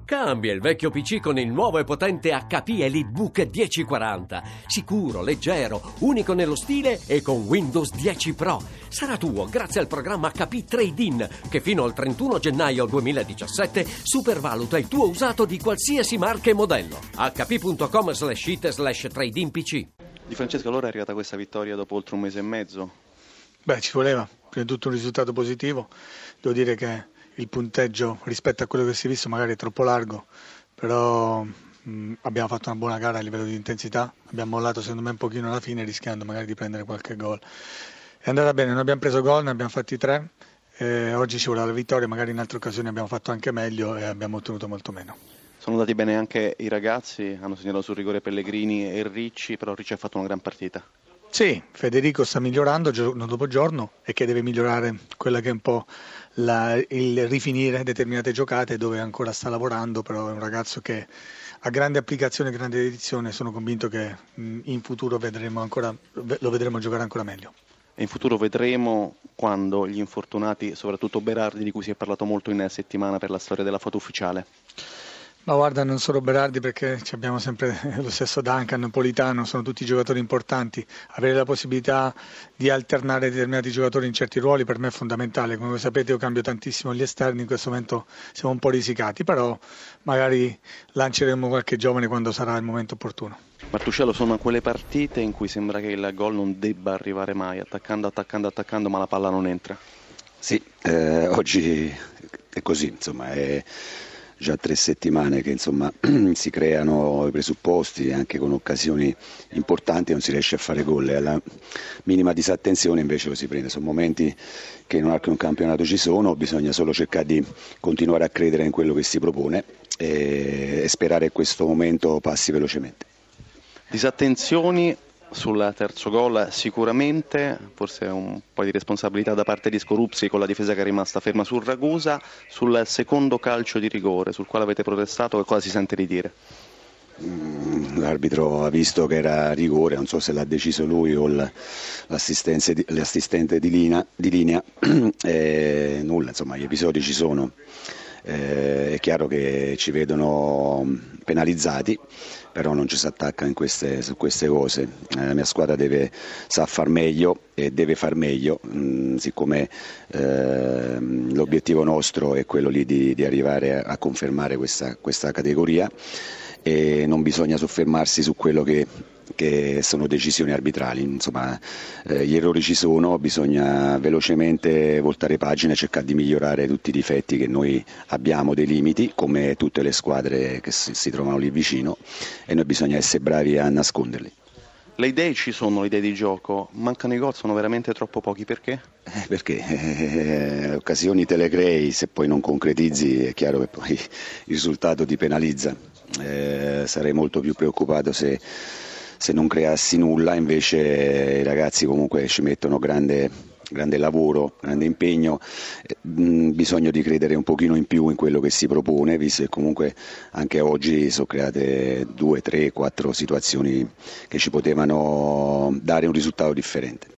Cambia il vecchio PC con il nuovo e potente HP EliteBook 1040. Sicuro, leggero, unico nello stile e con Windows 10 Pro. Sarà tuo grazie al programma HP Trade-in che fino al 31 gennaio 2017 supervaluta il tuo usato di qualsiasi marca e modello. hp.com/it/trade-in-PC. Di Francesco, allora è arrivata questa vittoria dopo oltre un mese e mezzo? Beh, ci voleva, prima di tutto un risultato positivo. Devo dire che il punteggio rispetto a quello che si è visto magari è troppo largo, però abbiamo fatto una buona gara a livello di intensità, abbiamo mollato secondo me un pochino alla fine rischiando magari di prendere qualche gol. È andata bene, non abbiamo preso gol, ne abbiamo fatti 3, oggi ci voleva la vittoria, magari in altre occasioni abbiamo fatto anche meglio e abbiamo ottenuto molto meno. Sono andati bene anche i ragazzi, hanno segnato sul rigore Pellegrini e Ricci, però Ricci ha fatto una gran partita. Sì, Federico sta migliorando giorno dopo giorno e che deve migliorare quella che è un po' il rifinire determinate giocate dove ancora sta lavorando, però è un ragazzo che ha grande applicazione, grande dedizione, sono convinto che in futuro lo vedremo giocare ancora meglio. E in futuro vedremo quando gli infortunati, soprattutto Berardi, di cui si è parlato molto in settimana per la storia della foto ufficiale. Ma guarda, non solo Berardi perché abbiamo sempre lo stesso Duncan, Napolitano, sono tutti giocatori importanti. Avere la possibilità di alternare determinati giocatori in certi ruoli per me è fondamentale. Come voi sapete io cambio tantissimo gli esterni, in questo momento siamo un po' risicati, però magari lanceremo qualche giovane quando sarà il momento opportuno. Martuscello, sono quelle partite in cui sembra che il gol non debba arrivare mai, attaccando, ma la palla non entra. Sì, oggi è così, insomma, è già 3 settimane che insomma si creano i presupposti anche con occasioni importanti, non si riesce a fare gol e alla minima disattenzione invece lo si prende. Sono momenti che in un campionato ci sono, bisogna solo cercare di continuare a credere in quello che si propone e sperare che questo momento passi velocemente. Disattenzioni sul terzo gol sicuramente, forse un po' di responsabilità da parte di Skorupski con la difesa che è rimasta ferma sul Ragusa. Sul secondo calcio di rigore sul quale avete protestato, che cosa si sente di dire? L'arbitro ha visto che era rigore, non so se l'ha deciso lui o l'assistente di linea, nulla, insomma gli episodi ci sono. È chiaro che ci vedono penalizzati, però non ci si attacca su queste cose. La mia squadra sa far meglio e deve far meglio, siccome l'obiettivo nostro è quello lì di arrivare a confermare questa categoria e non bisogna soffermarsi su quello che sono decisioni arbitrali. Insomma, gli errori ci sono, bisogna velocemente voltare pagina e cercare di migliorare tutti i difetti che noi abbiamo, dei limiti come tutte le squadre che si trovano lì vicino, e noi bisogna essere bravi a nasconderli. Le idee ci sono, le idee di gioco, mancano i gol, sono veramente troppo pochi, perché? Perché occasioni te le crei, se poi non concretizzi è chiaro che poi il risultato ti penalizza. Sarei molto più preoccupato se non creassi nulla, invece i ragazzi comunque ci mettono grande lavoro, grande impegno, bisogno di credere un pochino in più in quello che si propone, visto che comunque anche oggi sono create 2, 3, 4 situazioni che ci potevano dare un risultato differente.